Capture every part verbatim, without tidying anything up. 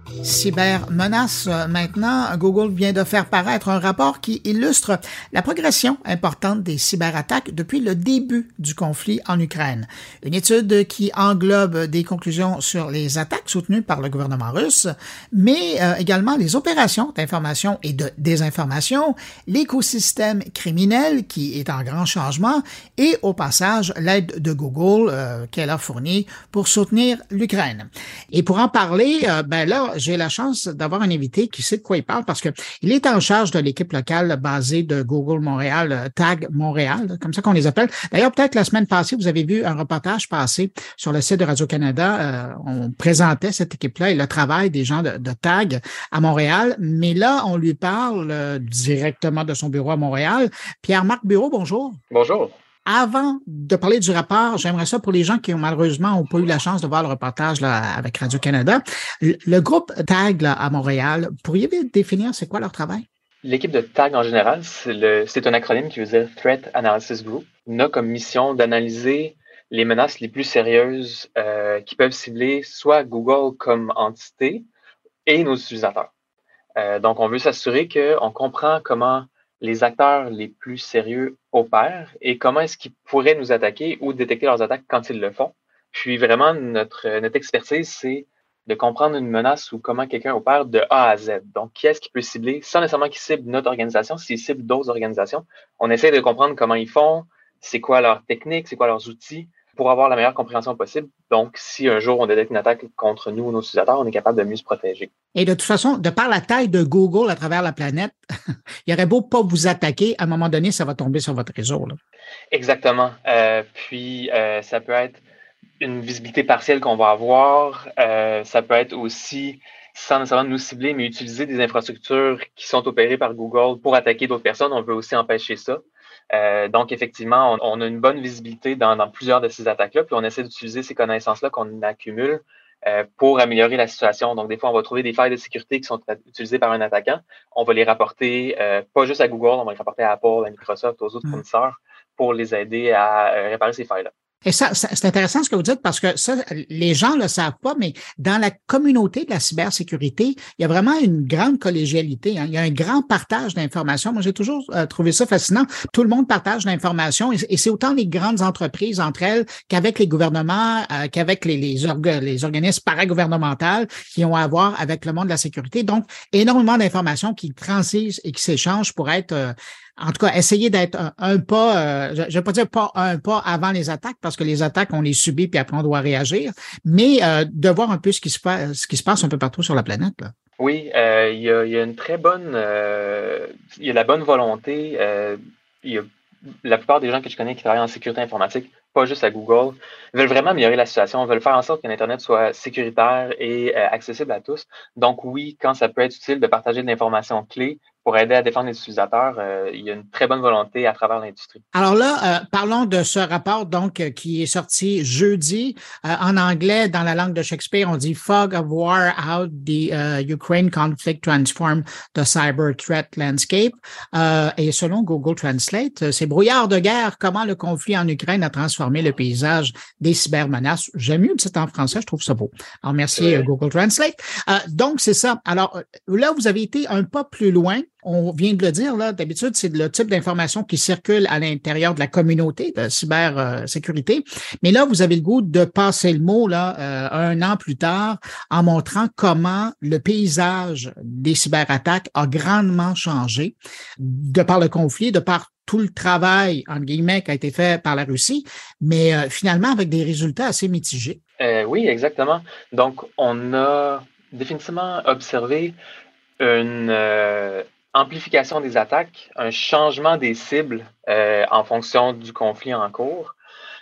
Cybermenaces, maintenant, Google vient de faire paraître un rapport qui illustre la progression importante des cyberattaques depuis le début du conflit en Ukraine. Une étude qui englobe des conclusions sur les attaques soutenues par le gouvernement russe, mais euh, également les opérations d'information et de désinformation, l'écosystème criminel qui est en grand changement et au passage l'aide de Google euh, qu'elle a fournie pour soutenir l'Ukraine. Et pour en parler, euh, ben là, j'ai la chance d'avoir un invité qui sait de quoi il parle parce que il est en charge de l'équipe locale basée de Google Montréal, euh, Tag Montréal, comme ça qu'on les appelle. D'ailleurs, peut-être la semaine passée, vous avez vu un reportage passer sur le site de Radio-Canada. Euh, on présentait cette équipe-là et le travail des gens de, de Tag à Montréal. Mais là, on lui parle euh, directement de son bureau à Montréal. Pierre-Marc Bureau, bonjour. Bonjour. Avant de parler du rapport, j'aimerais ça pour les gens qui ont malheureusement n'ont pas eu la chance de voir le reportage là, avec Radio-Canada. Le, le groupe TAG là, à Montréal, pourriez-vous définir c'est quoi leur travail? L'équipe de TAG en général, c'est, le, c'est un acronyme qui veut dire Threat Analysis Group. On a comme mission d'analyser les menaces les plus sérieuses euh, qui peuvent cibler soit Google comme entité et nos utilisateurs. Euh, donc, on veut s'assurer qu'on comprend comment les acteurs les plus sérieux opèrent et comment est-ce qu'ils pourraient nous attaquer ou détecter leurs attaques quand ils le font. Puis vraiment, notre, notre expertise, c'est de comprendre une menace ou comment quelqu'un opère de A à Z. Donc, qui est-ce qui peut cibler, sans nécessairement qu'il cible notre organisation, s'il cible d'autres organisations. On essaie de comprendre comment ils font, c'est quoi leur technique, c'est quoi leurs outils, pour avoir la meilleure compréhension possible. Donc, si un jour on détecte une attaque contre nous ou nos utilisateurs, on est capable de mieux se protéger. Et de toute façon, de par la taille de Google à travers la planète, il aurait beau pas vous attaquer, à un moment donné, ça va tomber sur votre réseau. Là. Exactement. Euh, puis, euh, ça peut être une visibilité partielle qu'on va avoir. Euh, ça peut être aussi, sans nécessairement nous cibler, mais utiliser des infrastructures qui sont opérées par Google pour attaquer d'autres personnes. On veut aussi empêcher ça. Euh, donc, effectivement, on, on a une bonne visibilité dans, dans plusieurs de ces attaques-là, puis on essaie d'utiliser ces connaissances-là qu'on accumule euh, pour améliorer la situation. Donc, des fois, on va trouver des failles de sécurité qui sont utilisées par un attaquant. On va les rapporter, euh, pas juste à Google, on va les rapporter à Apple, à Microsoft, aux autres mmh. fournisseurs pour les aider à euh, réparer ces failles-là. Et ça, ça, c'est intéressant ce que vous dites parce que ça, les gens ne le savent pas, mais dans la communauté de la cybersécurité, il y a vraiment une grande collégialité. Hein. Il y a un grand partage d'informations. Moi, j'ai toujours euh, trouvé ça fascinant. Tout le monde partage l'information et, et c'est autant les grandes entreprises entre elles qu'avec les gouvernements, euh, qu'avec les, les, orga, les organismes paragouvernementaux qui ont à voir avec le monde de la sécurité. Donc, énormément d'informations qui transigent et qui s'échangent pour être... Euh, En tout cas, essayer d'être un, un pas, euh, je ne vais pas dire pas un pas avant les attaques, parce que les attaques, on les subit puis après on doit réagir, mais euh, de voir un peu ce qui se passe, ce qui se passe un peu partout sur la planète. Là. Oui, euh, il y a, il y a une très bonne, euh, il y a la bonne volonté. Euh, il y a la plupart des gens que je connais qui travaillent en sécurité informatique, pas juste à Google, veulent vraiment améliorer la situation, veulent faire en sorte que l'Internet soit sécuritaire et euh, accessible à tous. Donc oui, quand ça peut être utile de partager de l'information clé pour aider à défendre les utilisateurs, euh, il y a une très bonne volonté à travers l'industrie. Alors là, euh, parlons de ce rapport donc euh, qui est sorti jeudi. Euh, en anglais, dans la langue de Shakespeare, on dit « Fog of War, how the uh, Ukraine conflict transformed the cyber threat landscape euh, ». Et selon Google Translate, c'est « Brouillard de guerre, comment le conflit en Ukraine a transformé le paysage des cybermenaces ». J'aime mieux le titre en français, je trouve ça beau. Alors merci euh, Google Translate. Euh, donc c'est ça. Alors là, vous avez été un pas plus loin. On vient de le dire, là, d'habitude, c'est le type d'information qui circule à l'intérieur de la communauté de cybersécurité. Mais là, vous avez le goût de passer le mot là, euh, un an plus tard en montrant comment le paysage des cyberattaques a grandement changé de par le conflit, de par tout le travail, entre guillemets, qui a été fait par la Russie, mais euh, finalement avec des résultats assez mitigés. Euh, oui, exactement. Donc, on a définitivement observé une... Euh amplification des attaques, un changement des cibles euh, en fonction du conflit en cours.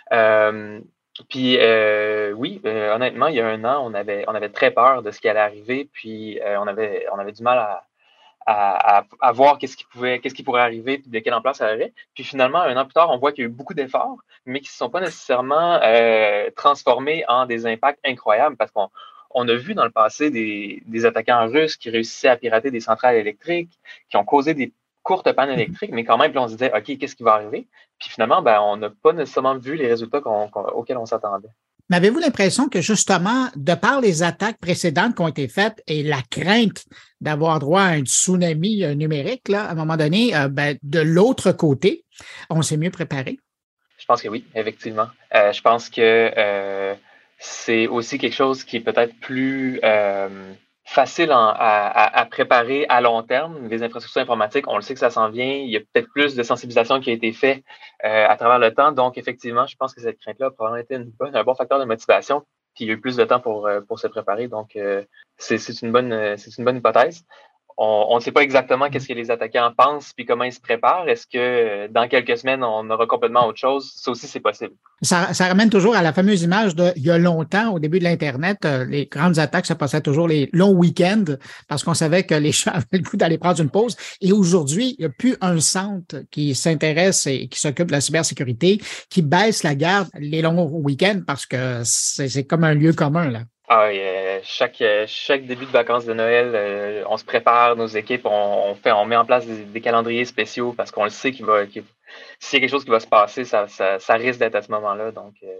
Euh, puis euh, oui, euh, honnêtement, il y a un an, on avait, on avait très peur de ce qui allait arriver, puis euh, on avait, on avait du mal à, à, à, à voir qu'est-ce qui pouvait, qu'est-ce qui pourrait arriver, puis de quelle ampleur ça aurait. Puis finalement, un an plus tard, on voit qu'il y a eu beaucoup d'efforts, mais qui ne se sont pas nécessairement euh, transformés en des impacts incroyables, parce qu'on On a vu dans le passé des, des attaquants russes qui réussissaient à pirater des centrales électriques, qui ont causé des courtes pannes électriques, mais quand même, puis on se disait, OK, qu'est-ce qui va arriver? Puis finalement, ben, on n'a pas nécessairement vu les résultats qu'on, qu'on, auxquels on s'attendait. Mais avez-vous l'impression que justement, de par les attaques précédentes qui ont été faites et la crainte d'avoir droit à un tsunami euh, numérique, là, à un moment donné, euh, ben, de l'autre côté, on s'est mieux préparé? Je pense que oui, effectivement. Euh, je pense que euh, c'est aussi quelque chose qui est peut-être plus euh, facile en- à, à- à préparer à long terme. Les infrastructures informatiques, on le sait que ça s'en vient. Il y a peut-être plus de sensibilisation qui a été faite euh, à travers le temps. Donc, effectivement, je pense que cette crainte-là a probablement été une bonne, un bon facteur de motivation. Puis il y a eu plus de temps pour, euh, pour se préparer. Donc, euh, c'est c'est une bonne, euh, c'est une bonne hypothèse. On on ne sait pas exactement qu'est-ce que les attaquants pensent puis comment ils se préparent. Est-ce que euh, dans quelques semaines, on aura complètement autre chose? Ça aussi, c'est possible. Ça, ça ramène toujours à la fameuse image de, il y a longtemps, au début de l'Internet, euh, les grandes attaques se passaient toujours les longs week-ends parce qu'on savait que les gens avaient le goût d'aller prendre une pause. Et aujourd'hui, il n'y a plus un centre qui s'intéresse et qui s'occupe de la cybersécurité, qui baisse la garde les longs week-ends parce que c'est c'est comme un lieu commun, là. Ah, oui, euh, chaque, euh, chaque début de vacances de Noël, euh, on se prépare, nos équipes, on, on fait, on met en place des, des calendriers spéciaux parce qu'on le sait qu'il va, qu'il- s'il y a quelque chose qui va se passer, ça, ça, ça risque d'être à ce moment-là. Donc, euh,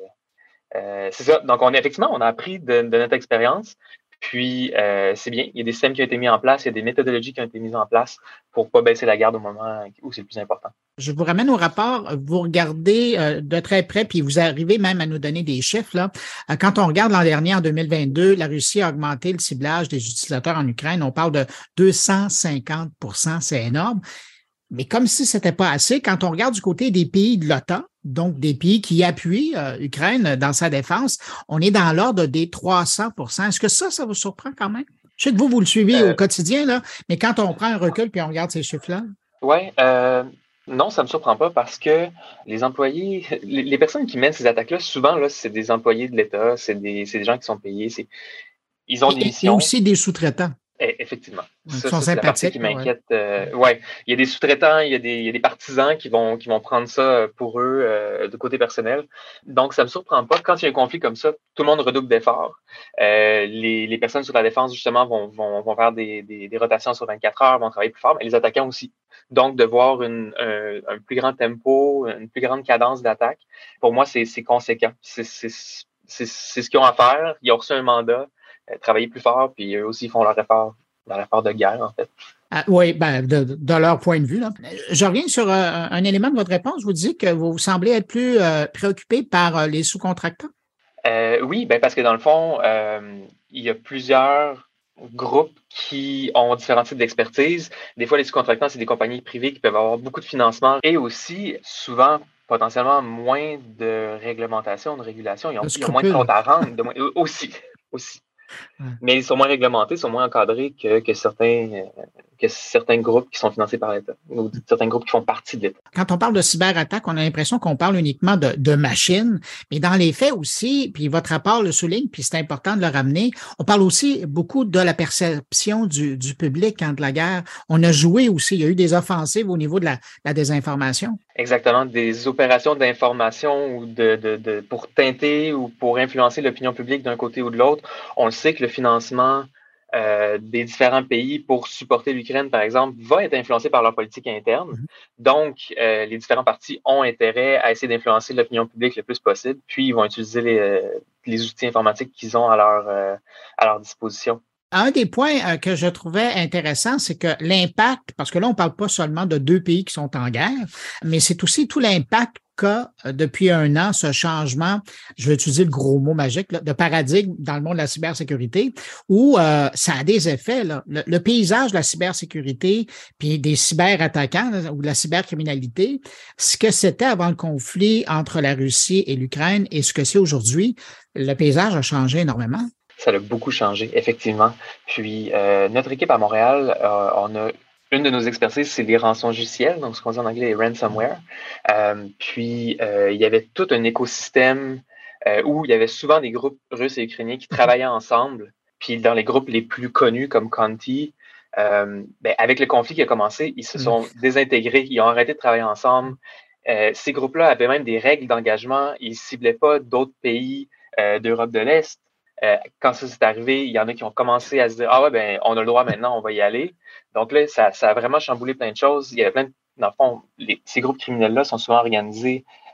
euh, c'est ça. Donc, on, effectivement, on a appris de, de notre expérience. Puis, euh, c'est bien. Il y a des systèmes qui ont été mis en place, il y a des méthodologies qui ont été mises en place pour pas baisser la garde au moment où c'est le plus important. Je vous ramène au rapport, vous regardez euh, de très près, puis vous arrivez même à nous donner des chiffres, là. Euh, quand on regarde l'an dernier, en deux mille vingt-deux, la Russie a augmenté le ciblage des utilisateurs en Ukraine. On parle de deux cent cinquante pour cent, c'est énorme. Mais comme si c'était pas assez, quand on regarde du côté des pays de l'OTAN, donc des pays qui appuient euh, Ukraine dans sa défense, on est dans l'ordre des trois cents pour cent. Est-ce que ça, ça vous surprend quand même? Je sais que vous, vous le suivez au Euh, quotidien, là, mais quand on prend un recul puis on regarde ces chiffres-là. ouais, euh, non, ça me surprend pas parce que les employés, les, les personnes qui mènent ces attaques-là, souvent, là, c'est des employés de l'État, c'est des, c'est des gens qui sont payés, c'est, ils ont des Et, et missions. aussi des sous-traitants. Eh, effectivement. Qui Ça, sont ça, c'est la partie sympathiques, qui là, ouais. m'inquiète. Euh, ouais, il y a des sous-traitants, il y a des, il y a des partisans qui vont, qui vont prendre ça pour eux euh, de côté personnel. Donc, ça me surprend pas. Quand il y a un conflit comme ça, tout le monde redouble d'efforts. Euh, les, les personnes sur la défense, justement, vont, vont, vont faire des, des, des rotations sur vingt-quatre heures, vont travailler plus fort, mais les attaquants aussi. Donc, de voir une, un, un plus grand tempo, une plus grande cadence d'attaque, pour moi, c'est c'est conséquent. C'est c'est- c'est- c'est ce qu'ils ont à faire. Ils ont reçu un mandat, euh, travailler plus fort, puis eux aussi, ils font leur effort dans l'effort de guerre, en fait. Ah, oui, ben, de, de leur point de vue, là. Je reviens sur euh, un élément de votre réponse. Vous dites que vous semblez être plus euh, préoccupé par euh, les sous-contractants. Euh, oui, ben parce que dans le fond, euh, il y a plusieurs groupes qui ont différents types d'expertise. Des fois, les sous-contractants, c'est des compagnies privées qui peuvent avoir beaucoup de financement et aussi, souvent, potentiellement, moins de réglementation, de régulation. Ils ont, Le ils ont moins de scrupule. comptes à rendre, de moins- aussi. aussi. Mais ils sont moins réglementés, sont moins encadrés que, que certains, euh, que certains groupes qui sont financés par l'État ou certains groupes qui font partie de l'État. Quand on parle de cyberattaque, on a l'impression qu'on parle uniquement de, de machines, mais dans les faits aussi, puis votre rapport le souligne, puis c'est important de le ramener, on parle aussi beaucoup de la perception du, du public quand de la guerre. On a joué aussi, il y a eu des offensives au niveau de la, la désinformation. Exactement, des opérations d'information ou de, de, de pour teinter ou pour influencer l'opinion publique d'un côté ou de l'autre. On le sait que le financement euh, des différents pays pour supporter l'Ukraine, par exemple, va être influencé par leur politique interne. Donc, euh, les différents partis ont intérêt à essayer d'influencer l'opinion publique le plus possible, puis ils vont utiliser les, euh, les outils informatiques qu'ils ont à leur, euh, à leur disposition. Un des points euh, que je trouvais intéressant, c'est que l'impact, parce que là, on ne parle pas seulement de deux pays qui sont en guerre, mais c'est aussi tout l'impact qu'a euh, depuis un an ce changement, je vais utiliser le gros mot magique, là, de paradigme dans le monde de la cybersécurité, où euh, ça a des effets. Là. Le, le paysage de la cybersécurité, puis des cyberattaquants là, ou de la cybercriminalité, ce que c'était avant le conflit entre la Russie et l'Ukraine et ce que c'est aujourd'hui, le paysage a changé énormément. Ça a beaucoup changé, effectivement. Puis, euh, notre équipe à Montréal, euh, on a une de nos expertises, c'est les rançongiciels, donc ce qu'on dit en anglais, les ransomware. Euh, puis, euh, il y avait tout un écosystème euh, où il y avait souvent des groupes russes et ukrainiens qui travaillaient ensemble. Puis, dans les groupes les plus connus, comme Conti, euh, ben, avec le conflit qui a commencé, ils se sont désintégrés, ils ont arrêté de travailler ensemble. Euh, ces groupes-là avaient même des règles d'engagement. Ils ne ciblaient pas d'autres pays euh, d'Europe de l'Est. Euh, quand ça s'est arrivé, il y en a qui ont commencé à se dire ah ouais, ben on a le droit maintenant, on va y aller. Donc là, ça, ça a vraiment chamboulé plein de choses. Il y avait plein de, dans le fond, les, ces groupes criminels-là sont souvent organisés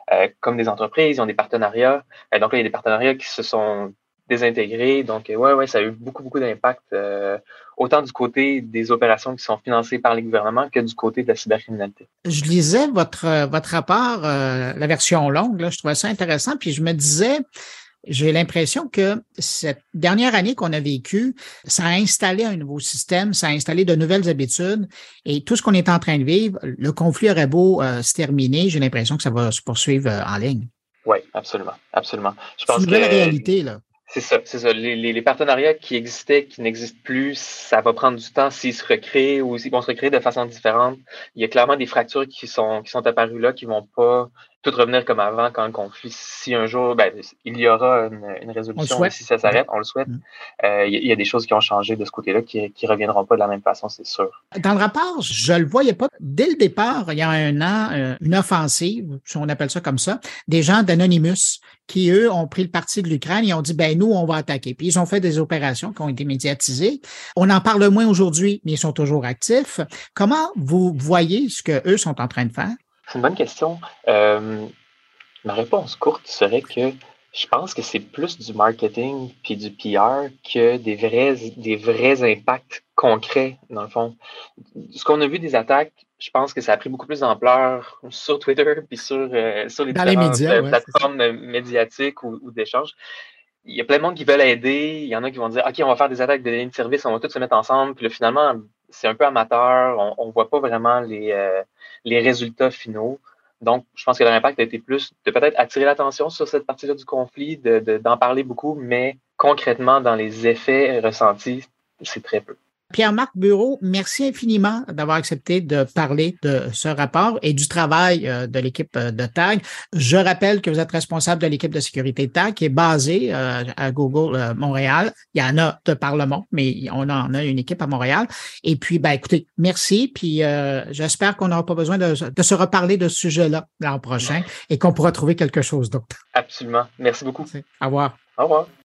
euh, comme des entreprises, ils ont des partenariats. Euh, donc là, il y a des partenariats qui se sont désintégrés. Donc, euh, ouais, ouais, ça a eu beaucoup, beaucoup d'impact, euh, autant du côté des opérations qui sont financées par les gouvernements que du côté de la cybercriminalité. Je lisais votre, votre rapport, euh, la version longue, là, je trouvais ça intéressant, puis je me disais, j'ai l'impression que cette dernière année qu'on a vécue, ça a installé un nouveau système, ça a installé de nouvelles habitudes et tout ce qu'on est en train de vivre, le conflit aurait beau euh, se terminer, j'ai l'impression que ça va se poursuivre euh, en ligne. Oui, absolument, absolument. Je C'est pense une nouvelle que réalité, là. c'est ça, c'est ça. Les, les, les partenariats qui existaient, qui n'existent plus, ça va prendre du temps s'ils se recréent ou s'ils vont se recréer de façon différente. Il y a clairement des fractures qui sont qui sont apparues là, qui vont pas tout revenir comme avant quand le conflit. Si un jour, ben, il y aura une, une résolution, mais si ça s'arrête, on le souhaite. Mm. Euh, il, y a, il y a des choses qui ont changé de ce côté-là qui qui reviendront pas de la même façon, c'est sûr. Dans le rapport, je le voyais pas. Dès le départ, il y a un an, euh, une offensive, si on appelle ça comme ça, des gens d'Anonymous qui, eux, ont pris le parti de l'Ukraine et ont dit, ben nous, on va attaquer. Puis ils ont fait des opérations qui ont été médiatisées. On en parle moins aujourd'hui, mais ils sont toujours actifs. Comment vous voyez ce qu'eux sont en train de faire? C'est une bonne question. Euh, ma réponse courte serait que je pense que c'est plus du marketing puis du P R que des vrais, des vrais impacts concrets, dans le fond. Ce qu'on a vu des attaques, je pense que ça a pris beaucoup plus d'ampleur sur Twitter puis sur, euh, sur les Dans différentes les médias, ouais, plateformes médiatiques ou, ou d'échanges. Il y a plein de monde qui veulent aider. Il y en a qui vont dire, OK, on va faire des attaques de lignes de service, on va tous se mettre ensemble. Puis là, finalement, c'est un peu amateur. On ne voit pas vraiment les, euh, les résultats finaux. Donc, je pense que l'impact a été plus de peut-être attirer l'attention sur cette partie-là du conflit, de, de, d'en parler beaucoup, mais concrètement, dans les effets ressentis, c'est très peu. Pierre-Marc Bureau, merci infiniment d'avoir accepté de parler de ce rapport et du travail de l'équipe de TAG. Je rappelle que vous êtes responsable de l'équipe de sécurité de TAG qui est basée à Google Montréal. Il y en a de par le monde, mais on en a une équipe à Montréal. Et puis, ben, écoutez, merci. Puis, euh, j'espère qu'on n'aura pas besoin de, de se reparler de ce sujet-là l'an prochain et qu'on pourra trouver quelque chose d'autre. Absolument. Merci beaucoup. Au revoir. Au revoir.